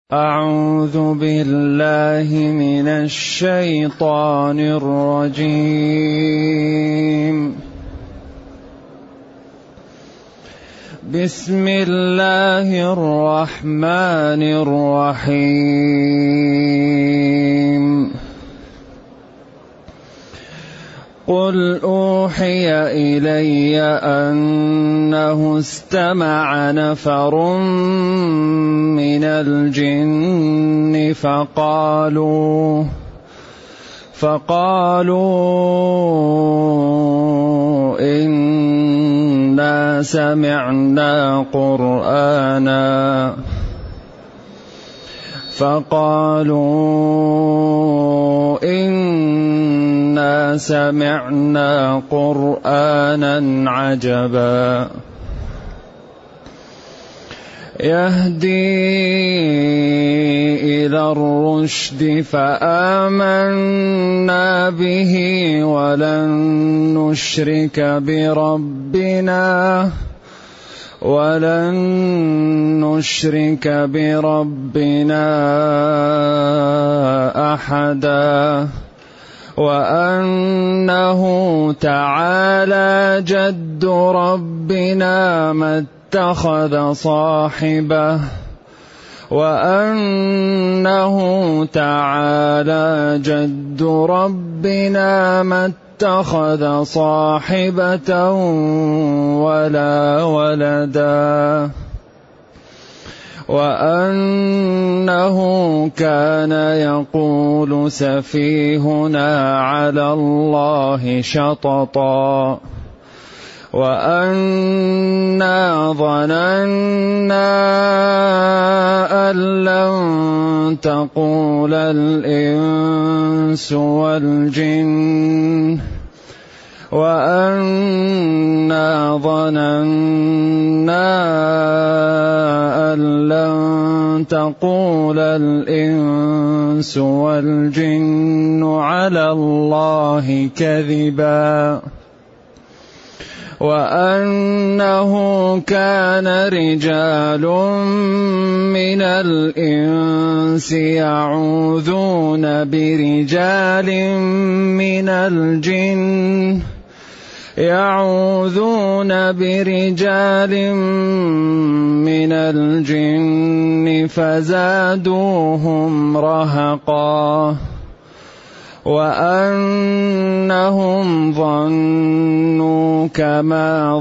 أعوذ بالله من الشيطان الرجيم. بسم الله الرحمن الرحيم. قل أوحي إلي أنه استمع نفر من الجن فقالوا إنا سمعنا قرآنا عجبا يهدي إلى الرشد فآمنا به ولن نشرك بربنا أحدا وأنه تعالى جد ربنا ما اتخذ صاحبة ولا ولدا وأنه كان يقول سفيهنا على الله شططا وأنا ظننا أن لن تقول الإنس والجن على الله كذبا وأنه كان رجال من الإنس يعوذون برجال من الجن فزادوهم رهقا وأنهم ظنوا كما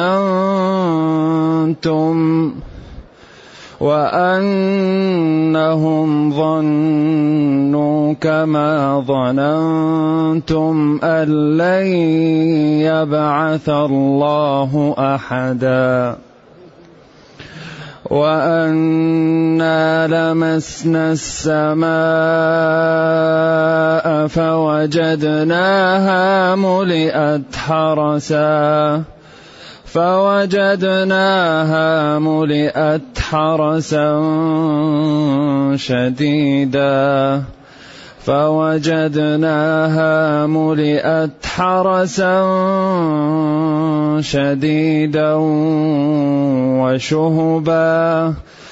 ظننتم أن لن يبعث الله أحدا وأنا لمسنا السماء فوجدناها ملئت حرسا شديدا وشهبا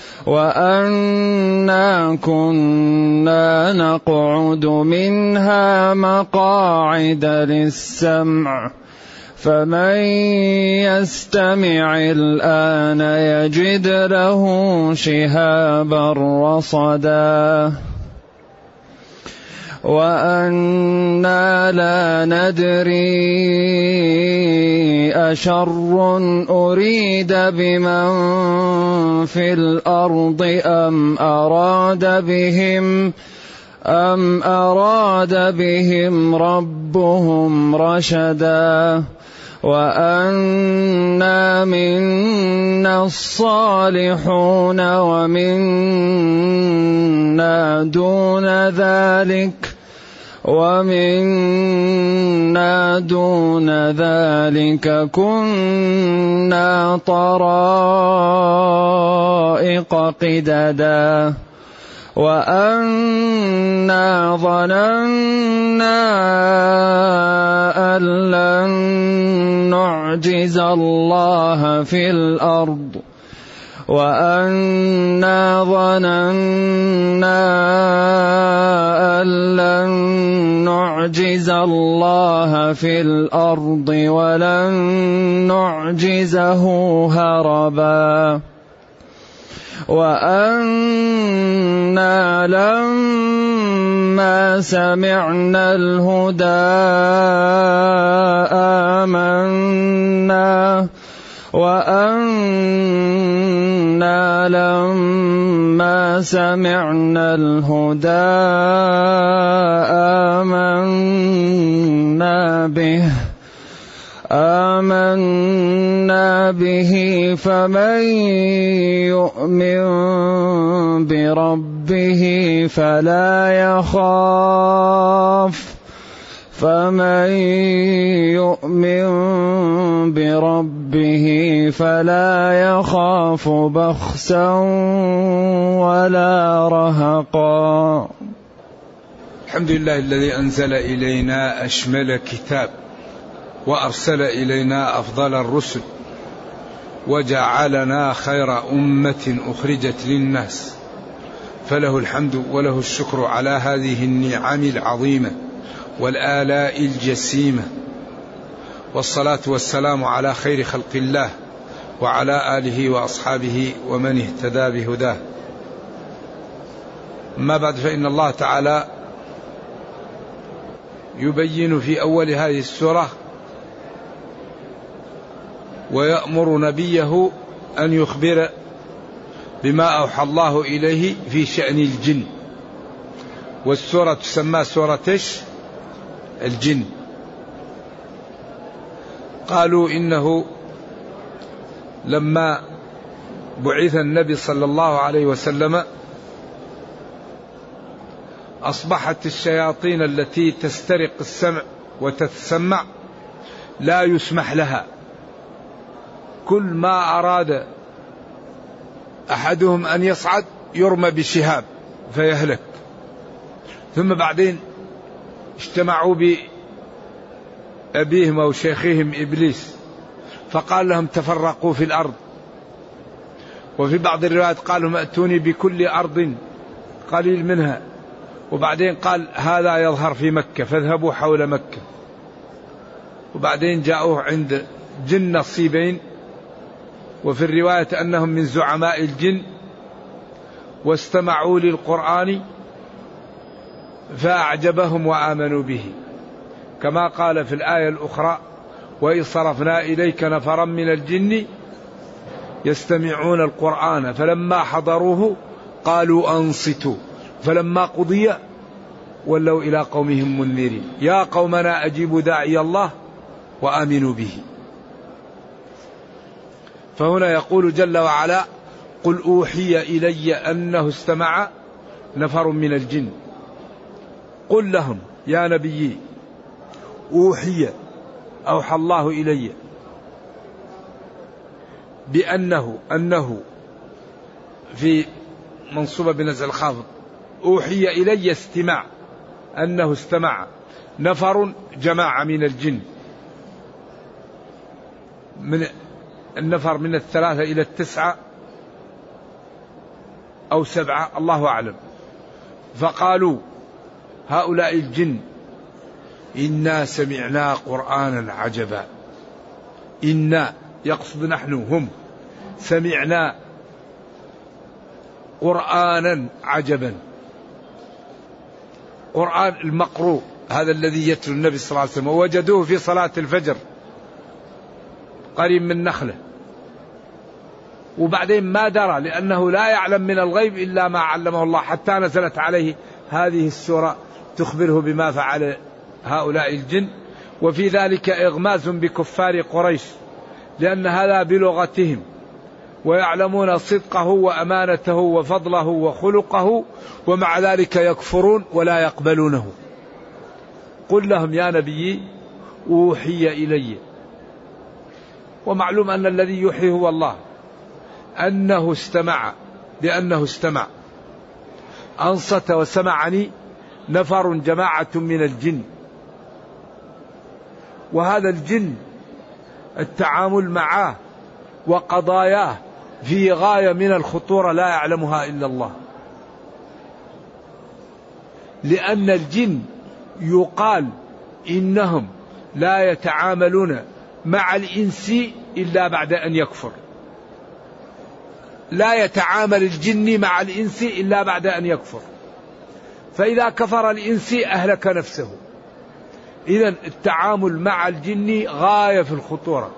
وأنا كنا نقعد منها مقاعد للسمع فمن يستمع الآن يجد له شهابا رصدا وأنا لا ندري أشر أريد بمن في الأرض أم أراد بهم ربهم رشدا وأنا منا الصالحون ومنا دون ذلك كنا طرائق قددا وأنا ظننا أن لن نعجز الله في الأرض وأنا ظننا أن لن نعجز الله في الأرض ولن نعجزه هربا وأنا لما سمعنا الهدى آمنا وأنا لما سمعنا الهدى آمنا به فمن يؤمن بربه فلا يخاف بخسا ولا رهقا. الحمد لله الذي أنزل إلينا أشمل كتاب وأرسل إلينا أفضل الرسل وجعلنا خير أمة أخرجت للناس، فله الحمد وله الشكر على هذه النعم العظيمة والآلاء الجسيمة، والصلاة والسلام على خير خلق الله وعلى آله وأصحابه ومن اهتدى بهداه. أما بعد، فإن الله تعالى يبين في أول هذه السورة ويأمر نبيه أن يخبر بما أوحى الله إليه في شأن الجن، والسورة تسمى سورة الجن. قالوا إنه لما بعث النبي صلى الله عليه وسلم أصبحت الشياطين التي تسترق السمع وتتسمع لا يسمح لها، كل ما أراد أحدهم أن يصعد يرمى بشهاب فيهلك. ثم بعدين اجتمعوا بأبيهم أو شيخهم إبليس فقال لهم تفرقوا في الأرض، وفي بعض الروايات قال لهم أتوني بكل أرض قليل منها، وبعدين قال هذا يظهر في مكة فاذهبوا حول مكة. وبعدين جاءوه عند جن نصيبين، وفي الرواية أنهم من زعماء الجن واستمعوا للقرآن فأعجبهم وآمنوا به، كما قال في الآية الأخرى وإذ صرفنا إليك نفرا من الجن يستمعون القرآن فلما حضروه قالوا أنصتوا فلما قضي ولوا إلى قومهم منذرين يا قومنا أجيبوا داعي الله وآمنوا به. فهنا يقول جل وعلا قل أوحي إلي أنه استمع نفر من الجن. قل لهم يا نبي أوحى الله إلي أنه في منصوبة بنزع الخافض، أوحي إلي استماع، أنه استمع نفر جماعة من الجن، من النفر من 3 إلى 9 أو 7 الله أعلم. فقالوا هؤلاء الجن إنا سمعنا قرآنا عجبا. إنا يقصد نحن هم سمعنا قرآنا عجبا. قرآن المقروء هذا الذي يتلو النبي صلى الله عليه وسلم، ووجدوه في صلاة الفجر قريب من نخلة، وبعدين ما درى لأنه لا يعلم من الغيب إلا ما علمه الله، حتى نزلت عليه هذه السورة تخبره بما فعل هؤلاء الجن. وفي ذلك إغماز بكفار قريش، لأن هذا بلغتهم ويعلمون صدقه وأمانته وفضله وخلقه، ومع ذلك يكفرون ولا يقبلونه. قل لهم يا نبي أوحي إلي، ومعلوم أن الذي يوحي هو الله، أنه استمع، بأنه استمع أنصت وسمعني نفر جماعة من الجن. وهذا الجن التعامل معه وقضاياه في غاية من الخطورة لا يعلمها إلا الله. لأن الجن يقال إنهم لا يتعاملون مع الإنس إلا بعد أن يكفر. لا يتعامل الجن مع الإنس إلا بعد أن يكفر، فإذا كفر الإنس أهلك نفسه. إذن التعامل مع الجن غاية في الخطورة،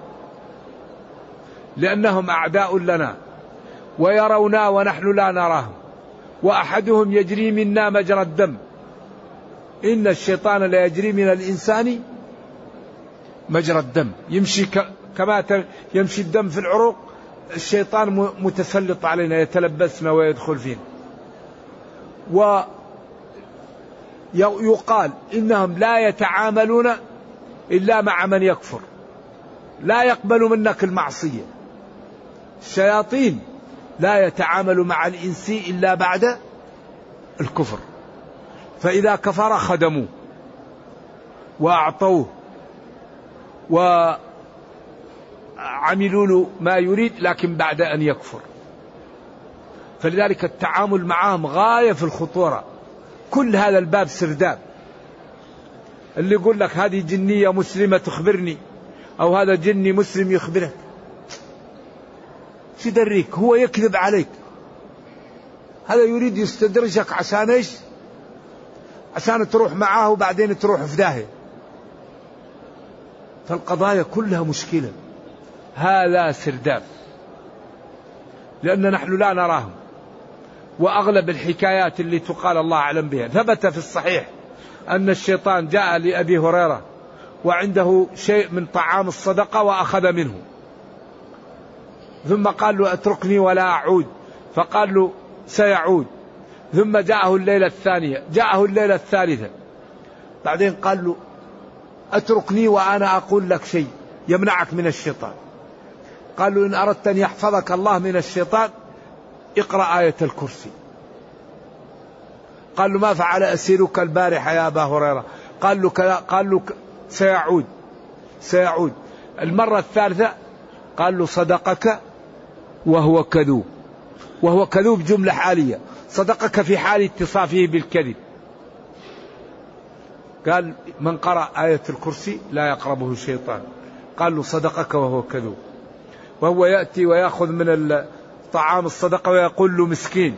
لأنهم أعداء لنا ويرونا ونحن لا نراهم، وأحدهم يجري منا مجرى الدم. إن الشيطان لا يجري من الإنسان مجرى الدم، يمشي كما يمشي الدم في العروق. الشيطان متسلط علينا، يتلبسنا ويدخل فينا. ويقال إنهم لا يتعاملون إلا مع من يكفر، لا يقبل منك المعصية. الشياطين لا يتعامل مع الإنس إلا بعد الكفر، فإذا كفر خدموه وأعطوه وعملوا له ما يريد، لكن بعد أن يكفر. فلذلك التعامل معهم غاية في الخطورة. كل هذا الباب سرداب. اللي يقول لك هذه جنية مسلمة تخبرني، أو هذا جني مسلم يخبرك، شو دريك؟ هو يكذب عليك. هذا يريد يستدرجك عشان إيش؟ عشان تروح معاه وبعدين تروح في داهية. فالقضايا كلها مشكلة. هذا سرداب، لأن نحن لا نراهم. وأغلب الحكايات اللي تقال الله أعلم بها. ثبت في الصحيح أن الشيطان جاء لأبي هريرة وعنده شيء من طعام الصدقة وأخذ منه، ثم قال له اتركني ولا أعود، فقال له سيعود. ثم جاءه الليلة الثانية، جاءه الليلة الثالثة، بعدين قال له اتركني وأنا أقول لك شيء يمنعك من الشيطان. قال له إن أردت أن يحفظك الله من الشيطان اقرأ آية الكرسي. قال له ما فعل أسيرك البارحة يا أبا هريرة؟ قال له سيعود. المرة الثالثة قال له صدقك وهو كذوب. وهو كذوب جملة حالية، صدقك في حال اتصافه بالكذب. قال من قرأ آية الكرسي لا يقربه الشيطان. قال له صدقك وهو كذوب. وهو يأتي ويأخذ من طعام الصدقة ويقول له مسكين.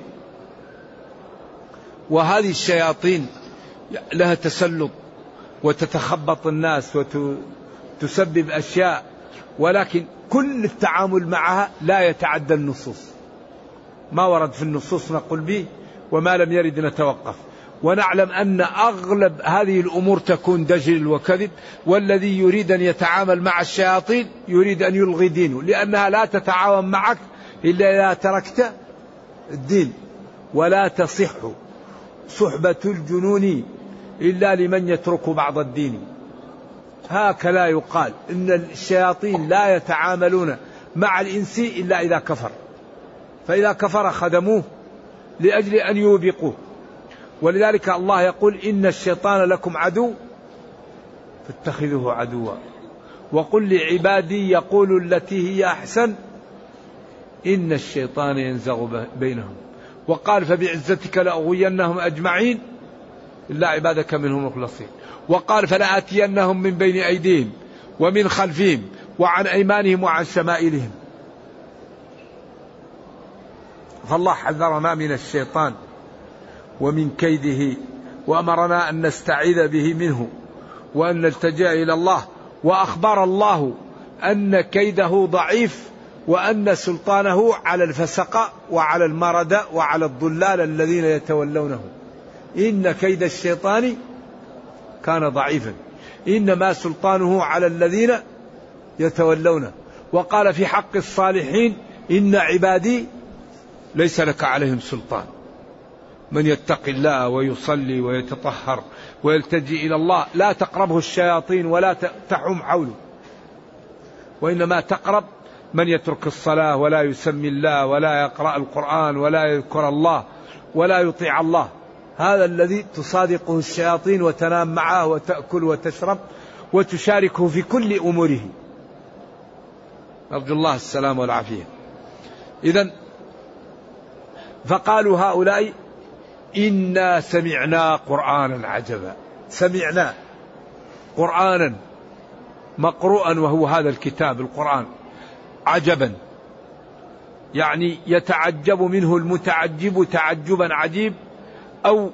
وهذه الشياطين لها تسلط وتتخبط الناس وتسبب أشياء، ولكن كل التعامل معها لا يتعدى النصوص. ما ورد في النصوص نقول به، وما لم يرد نتوقف. ونعلم أن أغلب هذه الأمور تكون دجل وكذب، والذي يريد أن يتعامل مع الشياطين يريد أن يلغي دينه، لأنها لا تتعاون معك إلا إذا تركت الدين. ولا تصح صحبة الجنون إلا لمن يترك بعض الدين. هكذا يقال إن الشياطين لا يتعاملون مع الإنس إلا إذا كفر، فإذا كفر خدموه لأجل أن يوبقوه. ولذلك الله يقول إن الشيطان لكم عدو فاتخذوه عدوا وقل لعبادي يقولوا التي هي أحسن إن الشيطان ينزغ بينهم. وقال فبعزتك لأغوينهم أجمعين إلا عبادك منهم مخلصين. وقال فلآتينهم من بين أيديهم ومن خلفهم وعن أيمانهم وعن شمائلهم. فالله حذرنا من الشيطان ومن كيده، وأمرنا أن نستعيذ به منه وأن نلتجئ إلى الله. وأخبر الله أن كيده ضعيف، وأن سلطانه على الفسقة وعلى المردة وعلى الضلال الذين يتولونه. إن كيد الشيطان كان ضعيفا، إنما سلطانه على الذين يتولونه. وقال في حق الصالحين إن عبادي ليس لك عليهم سلطان. من يتقي الله ويصلي ويتطهر ويلتجئ إلى الله لا تقربه الشياطين ولا تحوم حوله، وإنما تقرب من يترك الصلاة ولا يسمي الله ولا يقرأ القرآن ولا يذكر الله ولا يطيع الله. هذا الذي تصادقه الشياطين وتنام معه وتأكل وتشرب وتشاركه في كل أموره. أرجو الله السلام والعافية. إذن فقالوا هؤلاء إنا سمعنا قرآنا عجبا، سمعنا قرآنا مقروءا وهو هذا الكتاب القرآن عجبا، يعني يتعجب منه المتعجب تعجبا عجيب أو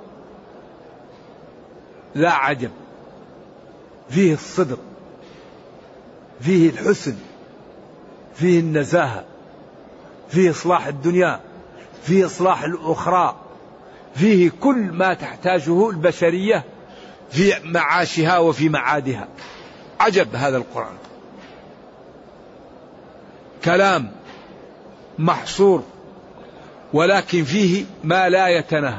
لا عجب، فيه الصدق، فيه الحسن، فيه النزاهة، فيه إصلاح الدنيا، فيه إصلاح الأخرى، فيه كل ما تحتاجه البشرية في معاشها وفي معادها. عجب هذا القرآن، كلام محصور ولكن فيه ما لا يتناهى.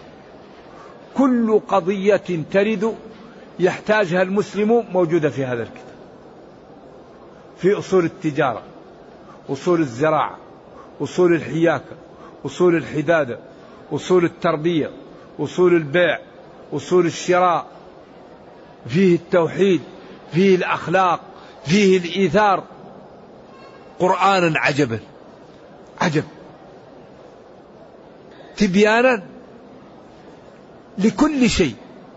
كل قضية ترد يحتاجها المسلم موجودة في هذا الكتاب، في أصول التجارة، أصول الزراعة، أصول الحياكة، أصول الحدادة، أصول التربية، أصول البيع، أصول الشراء، فيه التوحيد، فيه الأخلاق، فيه الإيثار. قرآنا عجبا، عجب، تبيانا لكل شيء،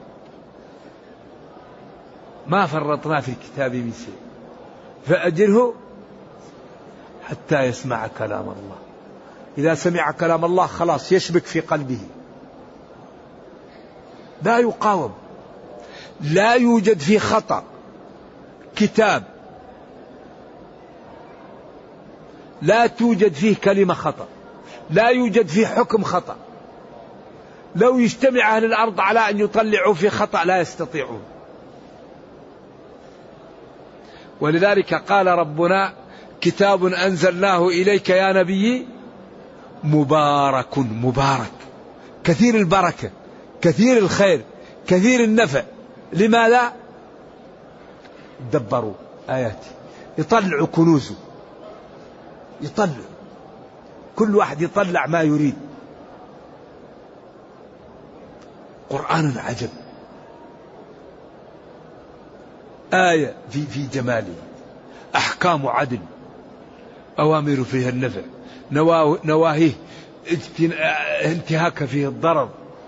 ما فرطنا في الكتاب من شيء، فأجره حتى يسمع كلام الله. إذا سمع كلام الله خلاص يشبك في قلبه، لا يقاوم، لا يوجد فيه خطأ. كتاب لا توجد فيه كلمة خطأ، لا يوجد فيه حكم خطأ. لو يجتمع أهل الأرض على أن يطلعوا في خطأ لا يستطيعون. ولذلك قال ربنا كتاب أنزلناه إليك يا نبي مبارك، مبارك كثير البركة، كثير الخير، كثير النفع. لماذا؟ دبروا آياتي، يطلعوا كنوزه، يطلع كل واحد يطلع ما يريد. قرآن عجب، آية في جماله، أحكام عدل، أوامر فيها النفع، نواهيه انتهاك فيه الضرر،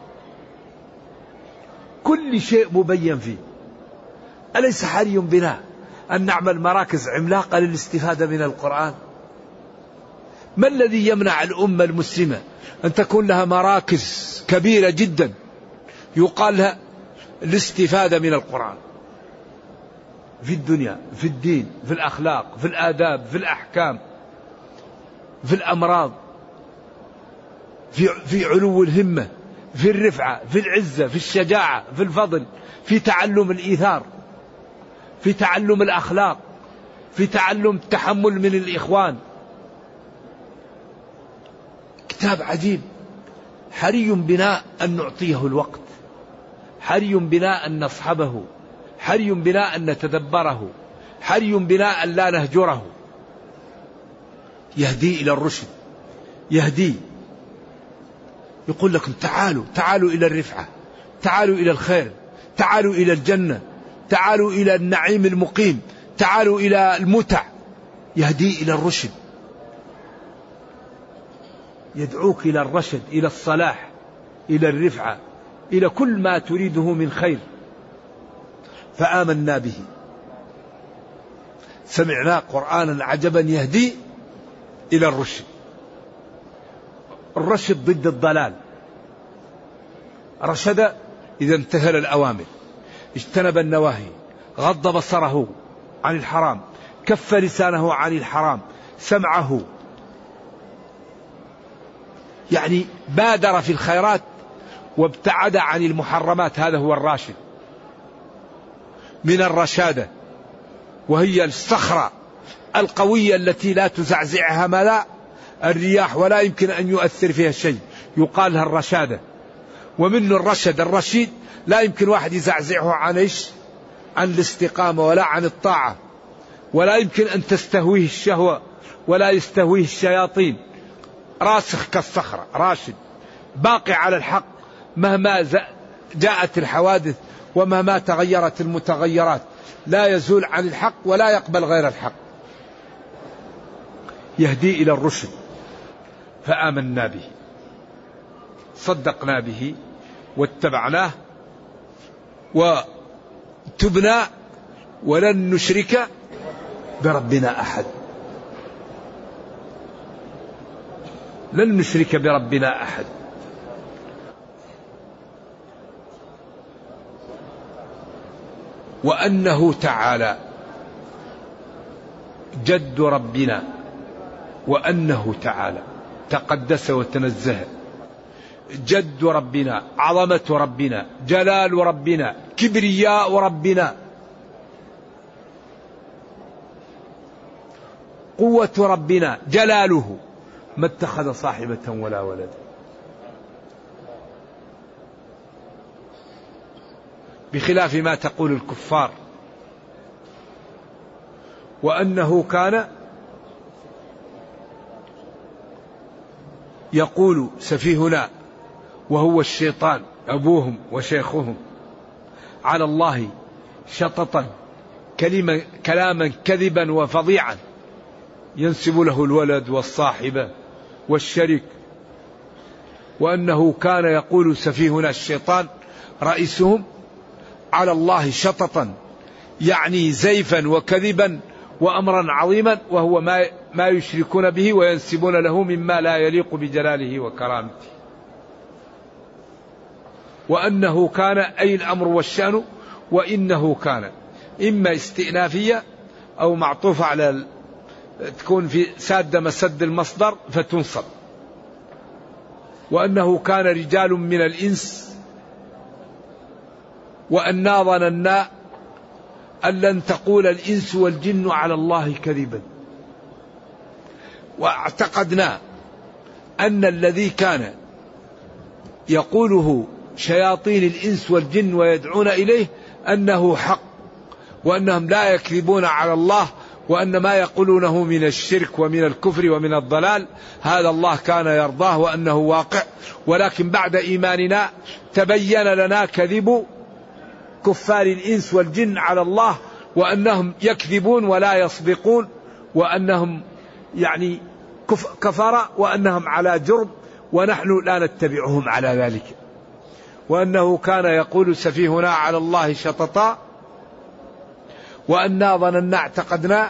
كل شيء مبين فيه. أليس حري بنا أن نعمل مراكز عملاقة للاستفادة من القرآن؟ ما الذي يمنع الأمة المسلمة أن تكون لها مراكز كبيرة جدا يقال لها الاستفادة من القرآن في الدنيا، في الدين، في الأخلاق، في الآداب، في الأحكام، في الأمراض، في علو الهمة، في الرفعة، في العزة، في الشجاعة، في الفضل، في تعلم الإيثار، في تعلم الأخلاق، في تعلم التحمل من الإخوان. كتاب عجيب، حري بنا أن نعطيه الوقت، حري بنا أن نصحبه، حري بنا أن نتدبره، حري بنا أن لا نهجره. يهدي إلى الرشد، يهدي، يقول لكم تعالوا إلى الرفعة، تعالوا إلى الخير، تعالوا إلى الجنة، تعالوا إلى النعيم المقيم، تعالوا إلى المتع. يهدي إلى الرشد، يدعوك إلى الرشد، إلى الصلاح، إلى الرفعة، إلى كل ما تريده من خير. فآمنا به، سمعنا قرآنا عجبا يهدي إلى الرشد. الرشد ضد الضلال. رشد إذا امتثل الأوامر، اجتنب النواهي، غض بصره عن الحرام، كف لسانه عن الحرام، سمعه، يعني بادر في الخيرات وابتعد عن المحرمات. هذا هو الراشد. من الرشادة، وهي الصخرة القوية التي لا تزعزعها ماذا؟ الرياح، ولا يمكن أن يؤثر فيها شيء، يقال لها الرشادة. ومن الرشد الرشيد لا يمكن واحد يزعزعه عن إيش؟ عن الاستقامة ولا عن الطاعة، ولا يمكن أن تستهويه الشهوة ولا يستهويه الشياطين. راسخ كالصخرة، راشد، باقي على الحق مهما جاءت الحوادث ومهما تغيرت المتغيرات، لا يزول عن الحق ولا يقبل غير الحق. يهدي إلى الرشد، فآمنا به، صدقنا به واتبعناه وتبنا ولن نشرك بربنا أحد. لن نشرك بربنا أحد. وأنه تعالى جد ربنا، وأنه تعالى تقدس وتنزه، جد ربنا، عظمة ربنا، جلال ربنا، كبرياء ربنا، قوة ربنا، جلاله، ما اتخذ صاحبة ولا ولد. بخلاف ما تقول الكفار. وأنه كان يقول سفيهنا وهو الشيطان أبوهم وشيخهم على الله شططا كلاما كذبا وفظيعا، ينسب له الولد والصاحبة والشريك. وأنه كان يقول سفيهنا الشيطان رئيسهم على الله شططا، يعني زيفا وكذبا وأمرا عظيما، وهو ما يشركون به وينسبون له مما لا يليق بجلاله وكرامته. وأنه كان أي الأمر والشأن، وإنه كان إما استئنافية أو معطوفة على تكون في سادة مسد المصدر فتنصب. وأنه كان رجال من الإنس وأنا ظننا أن لن تقول الإنس والجن على الله كذبا. واعتقدنا أن الذي كان يقوله شياطين الإنس والجن ويدعون إليه أنه حق، وأنهم لا يكذبون على الله، وأن ما يقولونه من الشرك ومن الكفر ومن الضلال هذا الله كان يرضاه وأنه واقع. ولكن بعد إيماننا تبين لنا كذب كفار الإنس والجن على الله، وأنهم يكذبون ولا يصدقون، وأنهم يعني كفر، وأنهم على جرم، ونحن لا نتبعهم على ذلك. وأنه كان يقول سفيهنا على الله شططا، وأنا ظننا اعتقدنا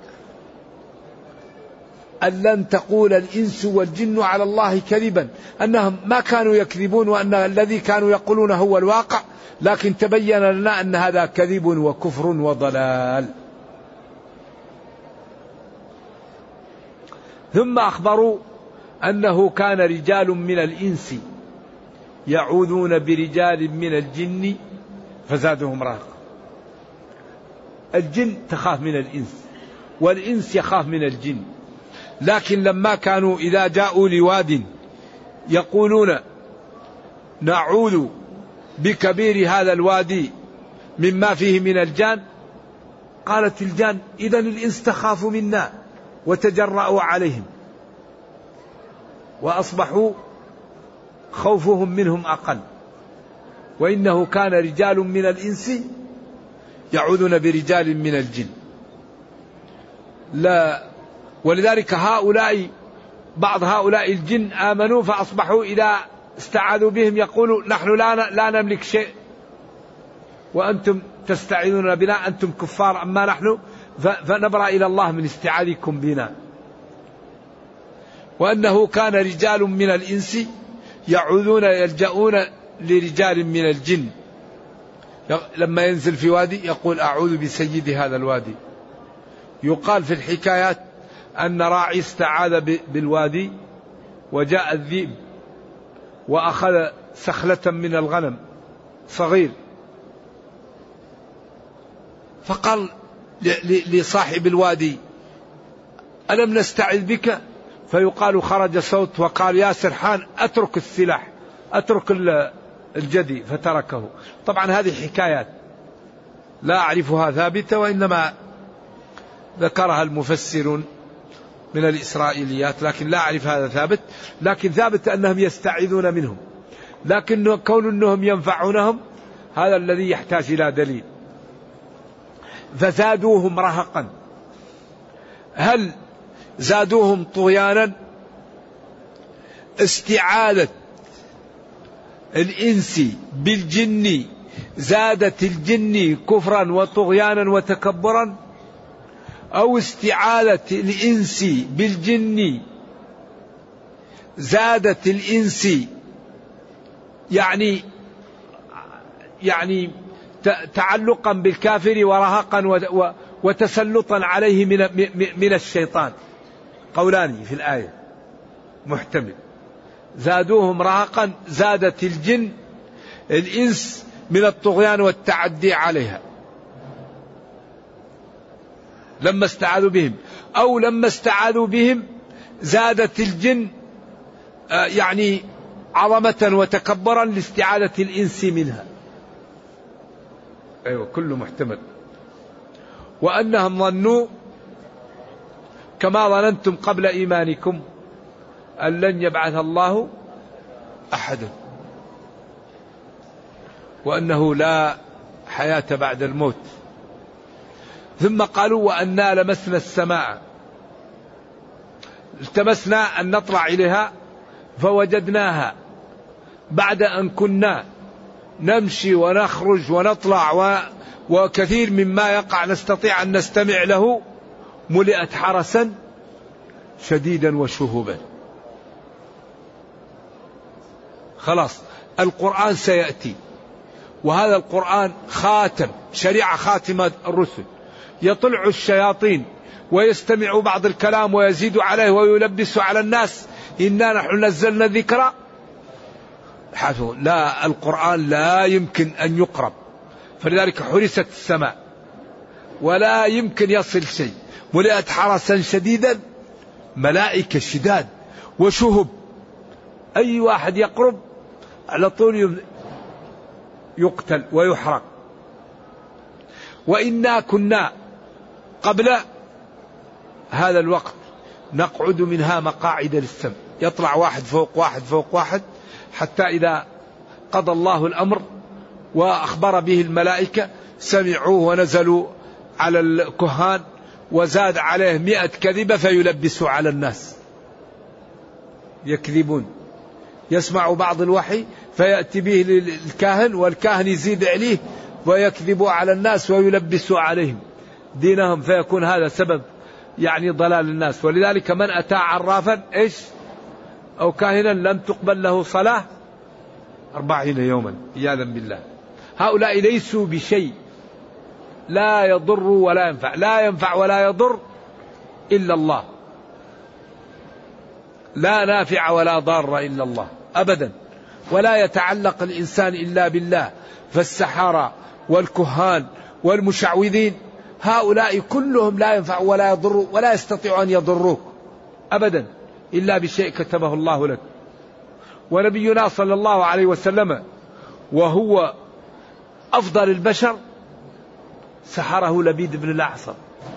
أن لن تقول الإنس والجن على الله كذبا، أنهم ما كانوا يكذبون، وأن الذي كانوا يقولون هو الواقع، لكن تبين لنا أن هذا كذب وكفر وضلال. ثم أخبروا أنه كان رجال من الإنس يعوذون برجال من الجن فزادهم رهقا. الجن تخاف من الإنس، والإنس يخاف من الجن، لكن لما كانوا إذا جاءوا لواد يقولون نعوذ بكبير هذا الوادي مما فيه من الجان، قالت الجان إذن الإنس تخاف منا، وتجرأوا عليهم وأصبحوا خوفهم منهم أقل. وإنه كان رجال من الإنس يعوذون برجال من الجن. لا، ولذلك بعض هؤلاء الجن آمنوا فأصبحوا إذا استعاذوا بهم يقولوا نحن لا نملك شيء، وأنتم تستعيذون بنا، أنتم كفار، أما نحن فنبرأ إلى الله من استعاذكم بنا. وأنه كان رجال من الإنس يعوذون يلجؤون لرجال من الجن، لما ينزل في وادي يقول أعوذ بسيد هذا الوادي. يقال في الحكايات أن راعي استعاذ بالوادي وجاء الذئب وأخذ سخلة من الغنم صغير، فقال لصاحب الوادي ألم نستعذ بك؟ فيقال خرج صوت وقال يا سرحان أترك السلاح، أترك الجدي، فتركه. طبعا هذه حكايات لا أعرفها ثابتة، وإنما ذكرها المفسرون من الإسرائيليات، لكن لا أعرف هذا ثابت. لكن ثابت أنهم يستعيذون منهم، لكن كون أنهم ينفعونهم هذا الذي يحتاج إلى دليل. فزادوهم رهقا. هل زادوهم طغيانا استعاذة الإنس بالجن زادت الجن كفرا وطغيانا وتكبرا، أو استعاذة الإنس بالجن زادت الإنس يعني تعلقا بالكافر ورهقا وتسلطا عليه من الشيطان. قولان في الآية محتمل. زادوهم رهقا، زادت الجن الإنس من الطغيان والتعدي عليها لما استعاذوا بهم، أو لما استعاذوا بهم زادت الجن يعني عظمة وتكبرا لاستعادة الإنس منها. أيوة كله محتمل. وأنهم ظنوا كما ظننتم قبل إيمانكم أن لن يبعث الله أحدا، وأنه لا حياة بعد الموت. ثم قالوا وأنا لمسنا السماء، التمسنا أن نطلع إليها فوجدناها بعد أن كنا نمشي ونخرج ونطلع وكثير مما يقع نستطيع أن نستمع له ملئت حرسا شديدا وشهبا. خلاص القرآن سيأتي، وهذا القرآن خاتم شريعة خاتمة الرسل. يطلع الشياطين ويستمع بعض الكلام ويزيد عليه ويلبس على الناس إنا نحن نزلنا الذكر. لا، القرآن لا يمكن أن يقرب، فلذلك حرست السماء ولا يمكن يصل شيء. ملئت حرسا شديدا، ملائكة شداد وشهب، أي واحد يقرب على طول يقتل ويحرق. وإنا كنا قبل هذا الوقت نقعد منها مقاعد للسمع، يطلع واحد فوق واحد فوق واحد، حتى إذا قضى الله الأمر وأخبر به الملائكة سمعوه ونزلوا على الكهان وزاد عليه 100 كذبة فيلبسوا على الناس. يكذبون، يسمع بعض الوحي فيأتي به للكاهن والكاهن يزيد عليه ويكذبوا على الناس ويلبسوا عليهم دينهم، فيكون هذا سبب يعني ضلال الناس. ولذلك من أتى عرافا أو كاهنا لم تقبل له صلاة 40 يوما عياذا بالله. هؤلاء ليسوا بشيء، لا يضر ولا ينفع، لا ينفع ولا يضر إلا الله، لا نافع ولا ضار إلا الله أبدا، ولا يتعلق الإنسان إلا بالله. فالسحرة والكهان والمشعوذين هؤلاء كلهم لا ينفع ولا يضر ولا يستطيع أن يضروك أبدا إلا بشيء كتبه الله لك. ونبينا صلى الله عليه وسلم وهو أفضل البشر سحره لبيد بن الأعصر،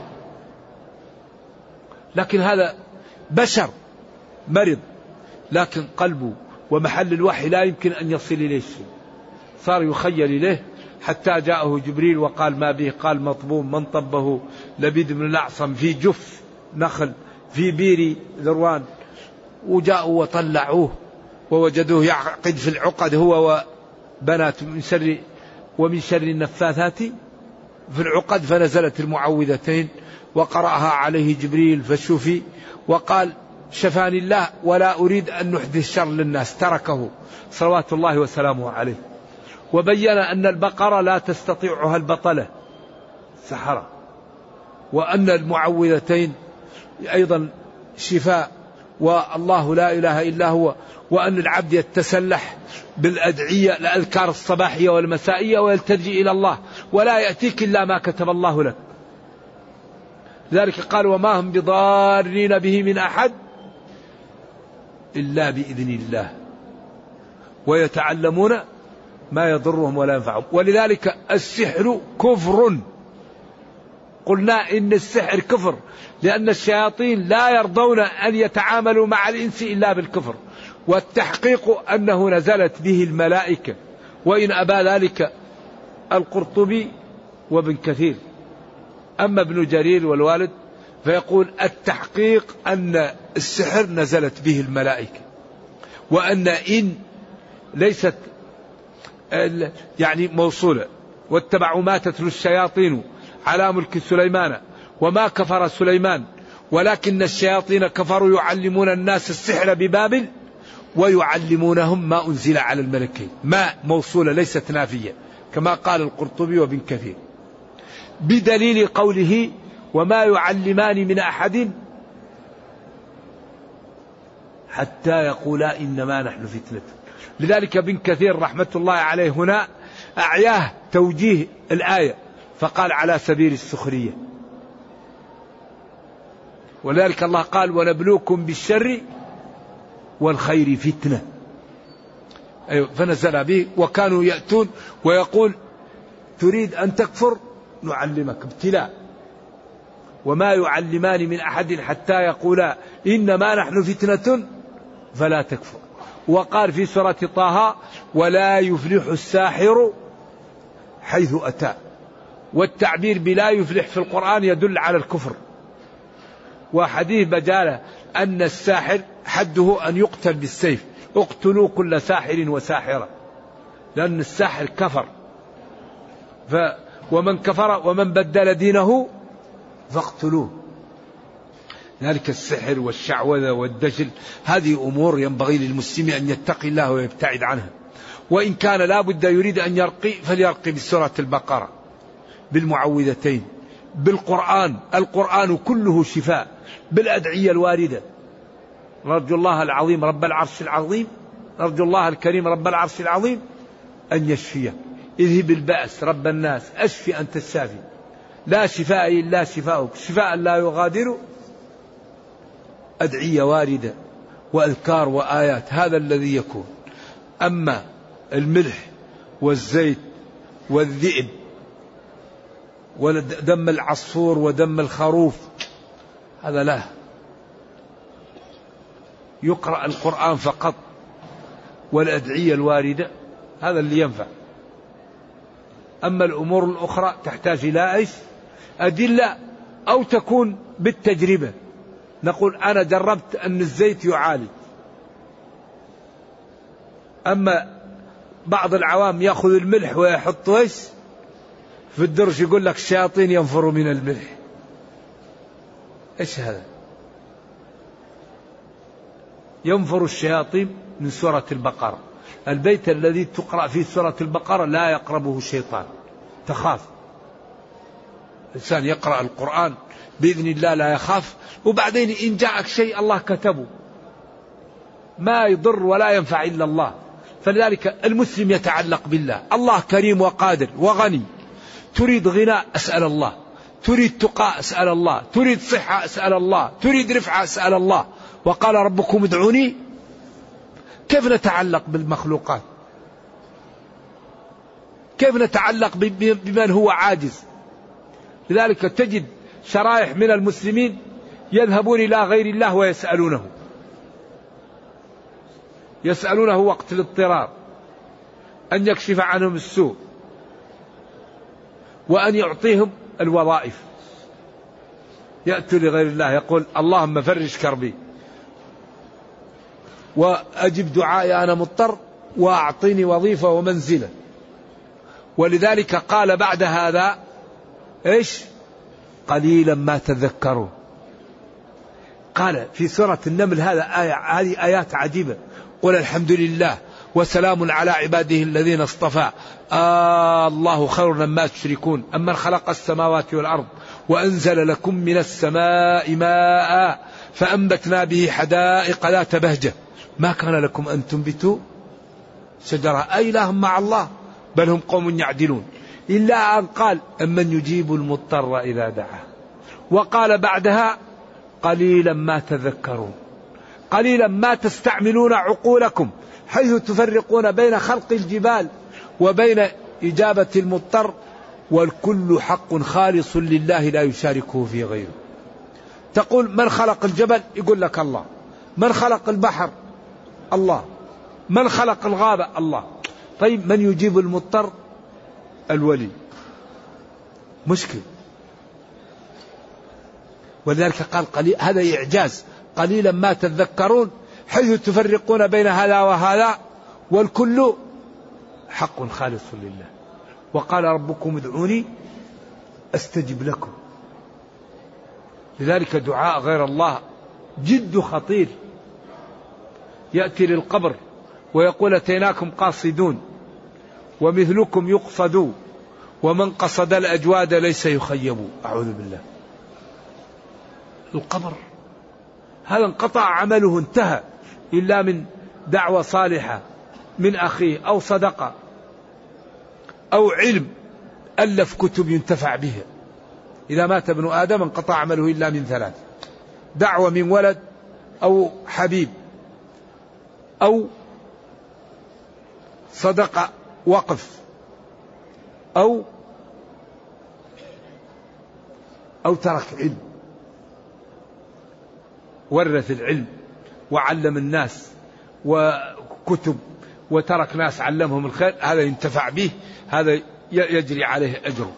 لكن هذا بشر مرض، لكن قلبه ومحل الوحي لا يمكن أن يصل إليه شيء، صار يخيل إليه حتى جاءه جبريل وقال ما به، قال مطبوب من طبه لبيد بن الأعصم في جف نخل في بير ذروان، وجاءوا وطلعوه ووجدوه يعقد في العقد هو وبنات ومن شر النفاثات في العقد، فنزلت المعوذتين وقرأها عليه جبريل فشفي وقال شفاني الله ولا أريد أن نحدث شر للناس، تركه صلوات الله وسلامه عليه. وبين أن البقرة لا تستطيعها البطلة سحرة، وأن المعوذتين أيضا شفاء، والله لا إله إلا هو، وأن العبد يتسلح بالأدعية الأذكار الصباحية والمسائية ويلتجئ إلى الله، ولا يأتيك إلا ما كتب الله لك. لذلك قال وما هم بضارين به من أحد إلا بإذن الله، ويتعلمون ما يضرهم ولا ينفعهم. ولذلك السحر كفر، قلنا إن السحر كفر، لأن الشياطين لا يرضون أن يتعاملوا مع الإنس إلا بالكفر، والتحقيق أنه نزلت به الملائكة، وإن أبى ذلك القرطبي وابن كثير. أما ابن جرير والوالد فيقول التحقيق أن السحر نزلت به الملائكة، وأن إن ليست يعني موصولة. واتبعوا ما تتلو الشياطين على ملك سليمان وما كفر سليمان ولكن الشياطين كفروا يعلمون الناس السحر ببابل ويعلمونهم ما أنزل على الملكين. ما موصولة ليست نافية كما قال القرطبي وابن كثير، بدليل قوله وما يعلمان من أحد حتى يقولا إنما نحن فتنة. لذلك ابن كثير رحمة الله عليه هنا أعياه توجيه الآية فقال على سبيل السخرية. ولذلك الله قال ونبلوكم بالشر والخير فتنة. فنزل به وكانوا يأتون ويقول تريد أن تكفر نعلمك ابتلاء. وما يعلمان من أحد حتى يقولا إنما نحن فتنة فلا تكفر. وقال في سورة طه ولا يفلح الساحر حيث أتى. والتعبير بلا يفلح في القرآن يدل على الكفر. وحديث بجالة أن الساحر حده أن يقتل بالسيف، اقتلوا كل ساحر وساحرة، لأن الساحر كفر. ومن كفر ومن بدل دينه فاقتلوه. ذلك السحر والشعوذة والدجل هذه أمور ينبغي للمسلم أن يتقي الله ويبتعد عنها. وإن كان لا بد يريد أن يرقي فليرقي بسورة البقرة، بالمعوذتين، بالقرآن. القرآن كله شفاء، بالأدعية الواردة. نرجو الله العظيم رب العرش العظيم، نرجو الله الكريم رب العرش العظيم أن يشفيه. اذهب البأس رب الناس أشفي أنت الشافي، لا شفاء إلا شفاؤك شفاء لا يغادر. أدعية واردة وأذكار وآيات، هذا الذي يكون. أما الملح والزيت والذئب ودم العصفور ودم الخروف هذا لا، يقرأ القرآن فقط والأدعية الواردة هذا اللي ينفع. أما الأمور الأخرى تحتاج إلى أدلة أو تكون بالتجربة. نقول أنا جربت أن الزيت يعالج. أما بعض العوام يأخذ الملح ويحطه في الدرج، يقول لك الشياطين ينفروا من الملح. إيش هذا؟ ينفر الشياطين من سورة البقرة. البيت الذي تقرأ فيه سورة البقرة لا يقربه شيطان، تخاف. الإنسان يقرأ القرآن بإذن الله لا يخاف. وبعدين إن جاءك شيء الله كتبه، ما يضر ولا ينفع إلا الله. فلذلك المسلم يتعلق بالله. الله كريم وقادر وغني. تريد غنى أسأل الله، تريد تقى أسأل الله، تريد صحة أسأل الله، تريد رفعة أسأل الله. وقال ربكم ادعوني. كيف نتعلق بالمخلوقات؟ كيف نتعلق بمن هو عاجز؟ لذلك تجد شرائح من المسلمين يذهبون إلى غير الله ويسألونه، يسألونه وقت الاضطرار أن يكشف عنهم السوء وأن يعطيهم الوظائف. يأتوا لغير الله يقول اللهم فرج كربي وأجب دعائي أنا مضطر وأعطيني وظيفة ومنزلة. ولذلك قال بعد هذا إيش؟ قليلا ما تذكرون. قال في سورة النمل هذه آيات عجيبة. قل الحمد لله وسلام على عباده الذين اصطفى الله خير مما تشركون أمن خلق السماوات والأرض وأنزل لكم من السماء ماء فأنبتنا به حدائق ذات بهجة ما كان لكم أن تنبتوا شجرة أإله مع الله بل هم قوم يعدلون. إلا أن قال أمن يجيب المضطر إذا دعاه. وقال بعدها قليلا ما تذكرون، قليلا ما تستعملون عقولكم حيث تفرقون بين خلق الجبال وبين إجابة المضطر. والكل حق خالص لله لا يشاركه في غيره. تقول من خلق الجبل؟ يقول لك الله. من خلق البحر؟ الله. من خلق الغابة؟ الله. طيب من يجيب المضطر؟ الولي. مشكل. ولذلك قال هذا إعجاز قليلا ما تذكرون حيث تفرقون بين هذا وهذا والكل حق خالص لله. وقال ربكم ادعوني أستجب لكم. لذلك دعاء غير الله جد خطير. يأتي للقبر ويقول أتيناكم قاصدون ومثلكم يقصد ومن قصد الأجواد ليس يخيب. أعوذ بالله. القبر هذا انقطع عمله، انتهى، إلا من دعوة صالحة من أخيه أو صدقة أو علم ألف كتب ينتفع بها. إذا مات ابن آدم انقطع عمله إلا من ثلاث: دعوة من ولد أو حبيب أو صدقة وقف أو ترك علم، ورث العلم وعلم الناس وكتب وترك ناس علمهم الخير، هذا ينتفع به، هذا يجري عليه أجره.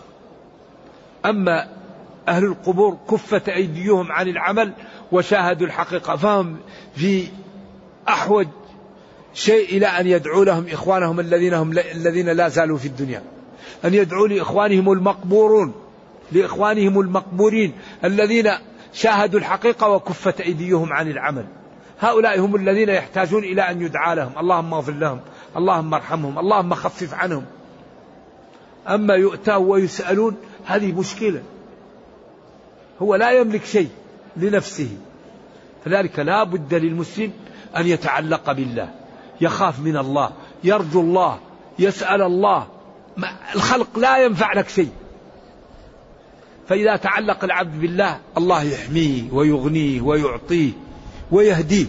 أما أهل القبور كفت أيديهم عن العمل وشاهدوا الحقيقة، فهم في أحوج شيء إلى أن يدعوا لهم إخوانهم الذين لا زالوا في الدنيا، أن يدعوا لإخوانهم المقبورون، لإخوانهم المقبورين الذين شاهدوا الحقيقة وكفت أيديهم عن العمل. هؤلاء هم الذين يحتاجون إلى أن يدعى لهم: اللهم اغفر لهم، اللهم ارحمهم، اللهم خفف عنهم. أما يؤتوا ويسألون هذه مشكلة، هو لا يملك شيء لنفسه. فذلك لا بد للمسلم أن يتعلق بالله، يخاف من الله، يرجو الله، يسأل الله. الخلق لا ينفع لك شيء. فإذا تعلق العبد بالله الله يحميه ويغنيه ويعطيه ويهديه.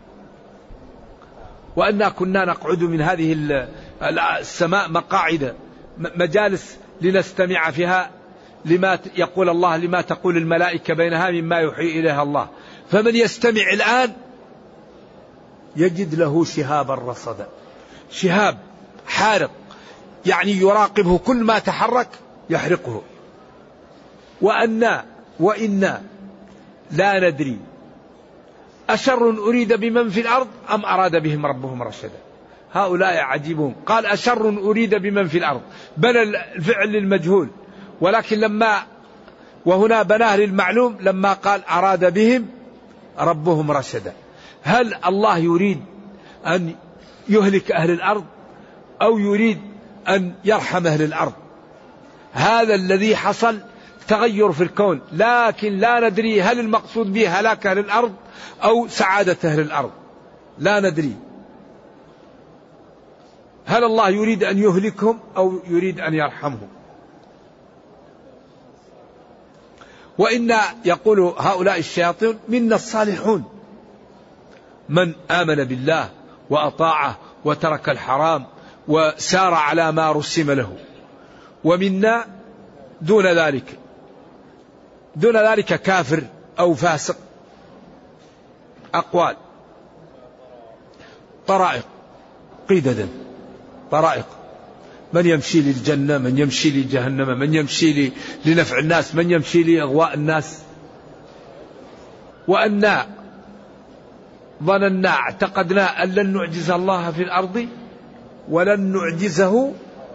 وأنا كنا نقعد من هذه السماء مقاعد مجالس لنستمع فيها لما يقول الله، لما تقول الملائكة بينها مما يوحي إليها الله. فمن يستمع الآن يجد له شهابا رصدا، شهاب حارق، يعني يراقبه، كل ما تحرك يحرقه. وإنا لا ندري أشر أريد بمن في الأرض أم أراد بهم ربهم رشدا. هؤلاء عجيبون. قال أشر أريد بمن في الأرض، بنى الفعل للمجهول، ولكن وهنا بناه للمعلوم لما قال أراد بهم ربهم رشدا. هل الله يريد أن يهلك أهل الأرض أو يريد أن يرحم أهل الأرض؟ هذا الذي حصل، تغير في الكون، لكن لا ندري هل المقصود به هلاك أهل الأرض أو سعادة أهل الأرض، لا ندري. هل الله يريد أن يهلكهم أو يريد أن يرحمهم؟ وإن يقول هؤلاء الشياطين منا الصالحون، من آمن بالله وأطاعه وترك الحرام وسار على ما رسم له، ومنا دون ذلك كافر أو فاسق. أقوال طرائق قيددا، طرائق، من يمشي للجنة، من يمشي لجهنم، من يمشي لنفع الناس، من يمشي لإغواء الناس. وأنا ظننا اعتقدنا أن لن نعجز الله في الأرض ولن نعجزه،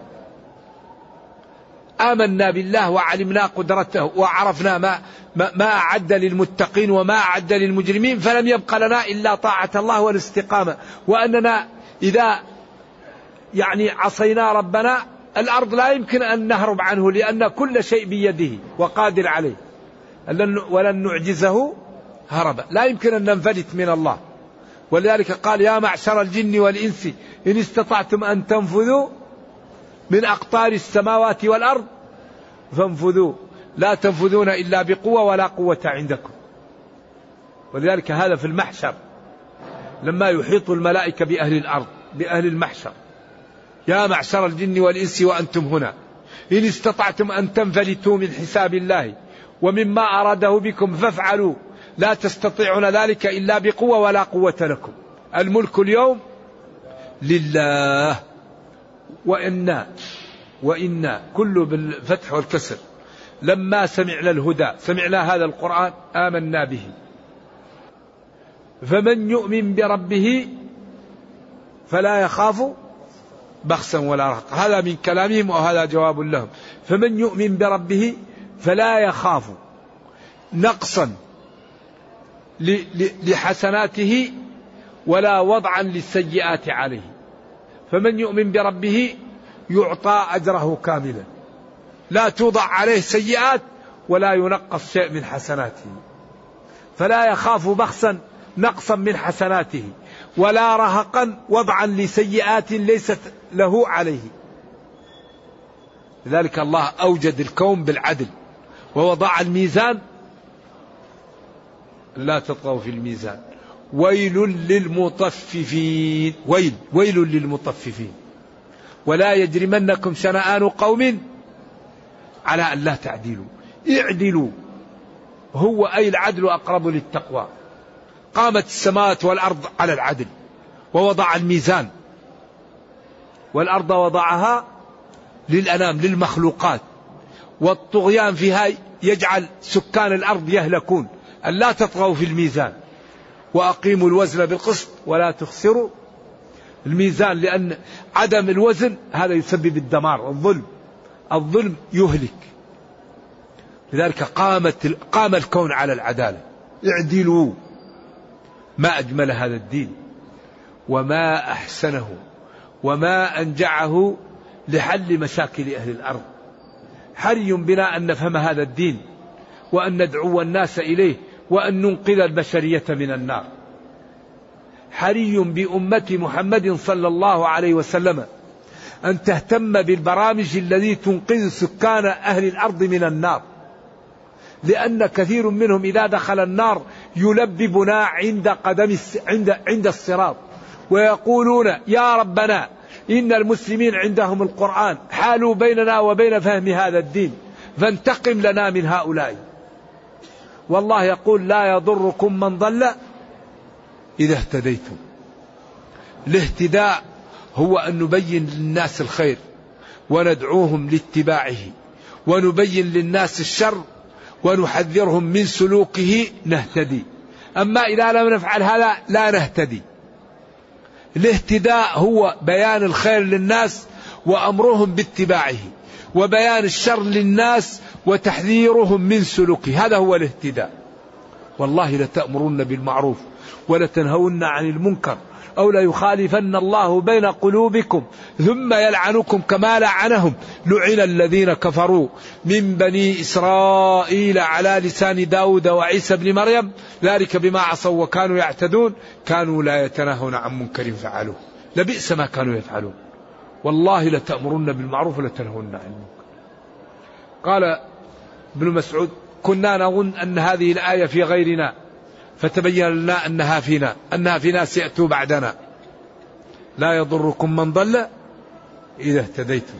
آمنا بالله وعلمنا قدرته وعرفنا ما أعد للمتقين وما أعد للمجرمين، فلم يبق لنا إلا طاعة الله والاستقامة. وأننا إذا عصينا ربنا الأرض لا يمكن أن نهرب عنه، لأن كل شيء بيده وقادر عليه، ولن نعجزه هربا، لا يمكن أن ننفلت من الله. ولذلك قال يا معشر الجن والإنس إن استطعتم أن تنفذوا من أقطار السماوات والأرض فانفذوا لا تنفذون إلا بقوة ولا قوة عندكم. ولذلك هذا في المحشر لما يحيط الملائكة بأهل الأرض، بأهل المحشر: يا معشر الجن والإنس وأنتم هنا إن استطعتم أن تنفلتوا من حساب الله ومما أراده بكم فافعلوا لا تستطيعون ذلك إلا بقوة ولا قوة لكم، الملك اليوم لله. وإنا كل بالفتح والكسر لما سمعنا الهدى، سمعنا هذا القرآن آمنا به. فمن يؤمن بربه فلا يخاف بخسا ولا رهقا. هذا من كلامهم وهذا جواب لهم. فمن يؤمن بربه فلا يخاف نقصا لحسناته ولا وضعا للسيئات عليه. فمن يؤمن بربه يعطى أجره كاملا، لا توضع عليه سيئات ولا ينقص شيء من حسناته، فلا يخاف بخسا نقصا من حسناته ولا رهقا وضعا لسيئات ليست له عليه. لذلك الله أوجد الكون بالعدل ووضع الميزان، لا تطغوا في الميزان، ويل للمطففين، ويل للمطففين، ولا يجرمنكم شنآن قوم على أن لا تعدلوا، اعدلوا، هو أي العدل أقرب للتقوى. قامت السماوات والأرض على العدل ووضع الميزان، والأرض وضعها للأنام للمخلوقات، والطغيان فيها يجعل سكان الأرض يهلكون. أن لا تطغوا في الميزان وأقيموا الوزن بالقسط ولا تخسروا الميزان، لأن عدم الوزن هذا يسبب الدمار، الظلم يهلك. لذلك قام الكون على العدالة. اعدلوا، ما أجمل هذا الدين وما أحسنه وما أنجعه لحل مشاكل أهل الأرض. حري بنا أن نفهم هذا الدين وأن ندعو الناس إليه وأن ننقذ البشرية من النار. حري بأمة محمد صلى الله عليه وسلم أن تهتم بالبرامج التي تنقذ سكان أهل الأرض من النار، لأن كثير منهم إذا دخل النار يلببنا عند الصراط ويقولون يا ربنا إن المسلمين عندهم القرآن حالوا بيننا وبين فهم هذا الدين فانتقم لنا من هؤلاء. والله يقول لا يضركم من ضل إذا اهتديتم. الاهتداء هو أن نبين للناس الخير وندعوهم لاتباعه، ونبين للناس الشر ونحذرهم من سلوكه نهتدي. أما إذا لم نفعل هذا لا نهتدي. الاهتداء هو بيان الخير للناس وأمرهم باتباعه، وبيان الشر للناس وتحذيرهم من سلوكه، هذا هو الاهتداء. والله لتأمرن بالمعروف ولتنهون عن المنكر أو ليخالفن الله بين قلوبكم ثم يلعنكم كما لعنهم لعن الذين كفروا من بني إسرائيل على لسان داود وعيسى بن مريم ذلك بما عصوا وكانوا يعتدون كانوا لا يتناهون عن منكر فعلوه لبئس ما كانوا يفعلون. والله لتأمرن بالمعروف ولتنهون عن المنكر. قال ابن مسعود كنا نظن أن هذه الآية في غيرنا فتبين لنا أنها في ناس يأتوا بعدنا. لا يضركم من ضل إذا اهتديتم.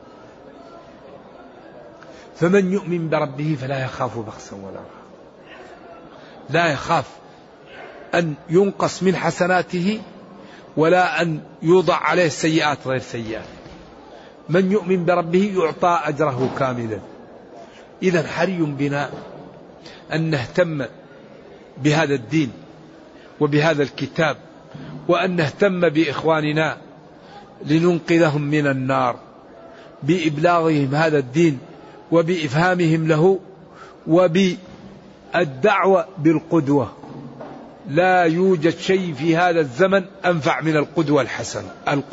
فمن يؤمن بربه فلا يخاف بخسا ولا رهقا. لا يخاف أن ينقص من حسناته ولا أن يوضع عليه السيئات غير سيئات. من يؤمن بربه يعطى أجره كاملا. إذا حري بنا أن نهتم بهذا الدين وبهذا الكتاب، وأن نهتم بإخواننا لننقذهم من النار بإبلاغهم هذا الدين وبإفهامهم له وبالدعوة بالقدوة. لا يوجد شيء في هذا الزمن أنفع من القدوة الحسنة.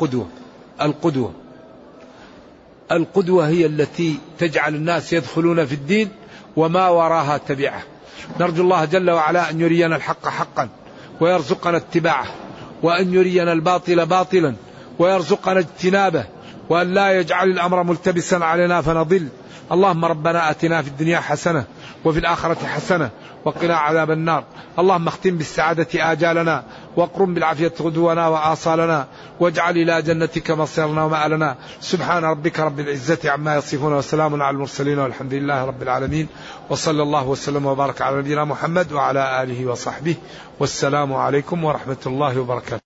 القدوة هي التي تجعل الناس يدخلون في الدين وما وراها تبعه. نرجو الله جل وعلا أن يرينا الحق حقا ويرزقنا اتباعه، وأن يرينا الباطل باطلا ويرزقنا اجتنابه، وأن لا يجعل الأمر ملتبسا علينا فنضل. اللهم ربنا آتنا في الدنيا حسنة وفي الآخرة حسنة وقنا عذاب النار. اللهم اختم بالسعادة آجالنا واقرم بالعافية غدونا وآصالنا واجعل إلى جنتك مصيرنا ومآلنا. سبحان ربك رب العزة عما يصفون وسلام على المرسلين والحمد لله رب العالمين، وصلى الله وسلم وبارك على نبينا محمد وعلى آله وصحبه، والسلام عليكم ورحمة الله وبركاته.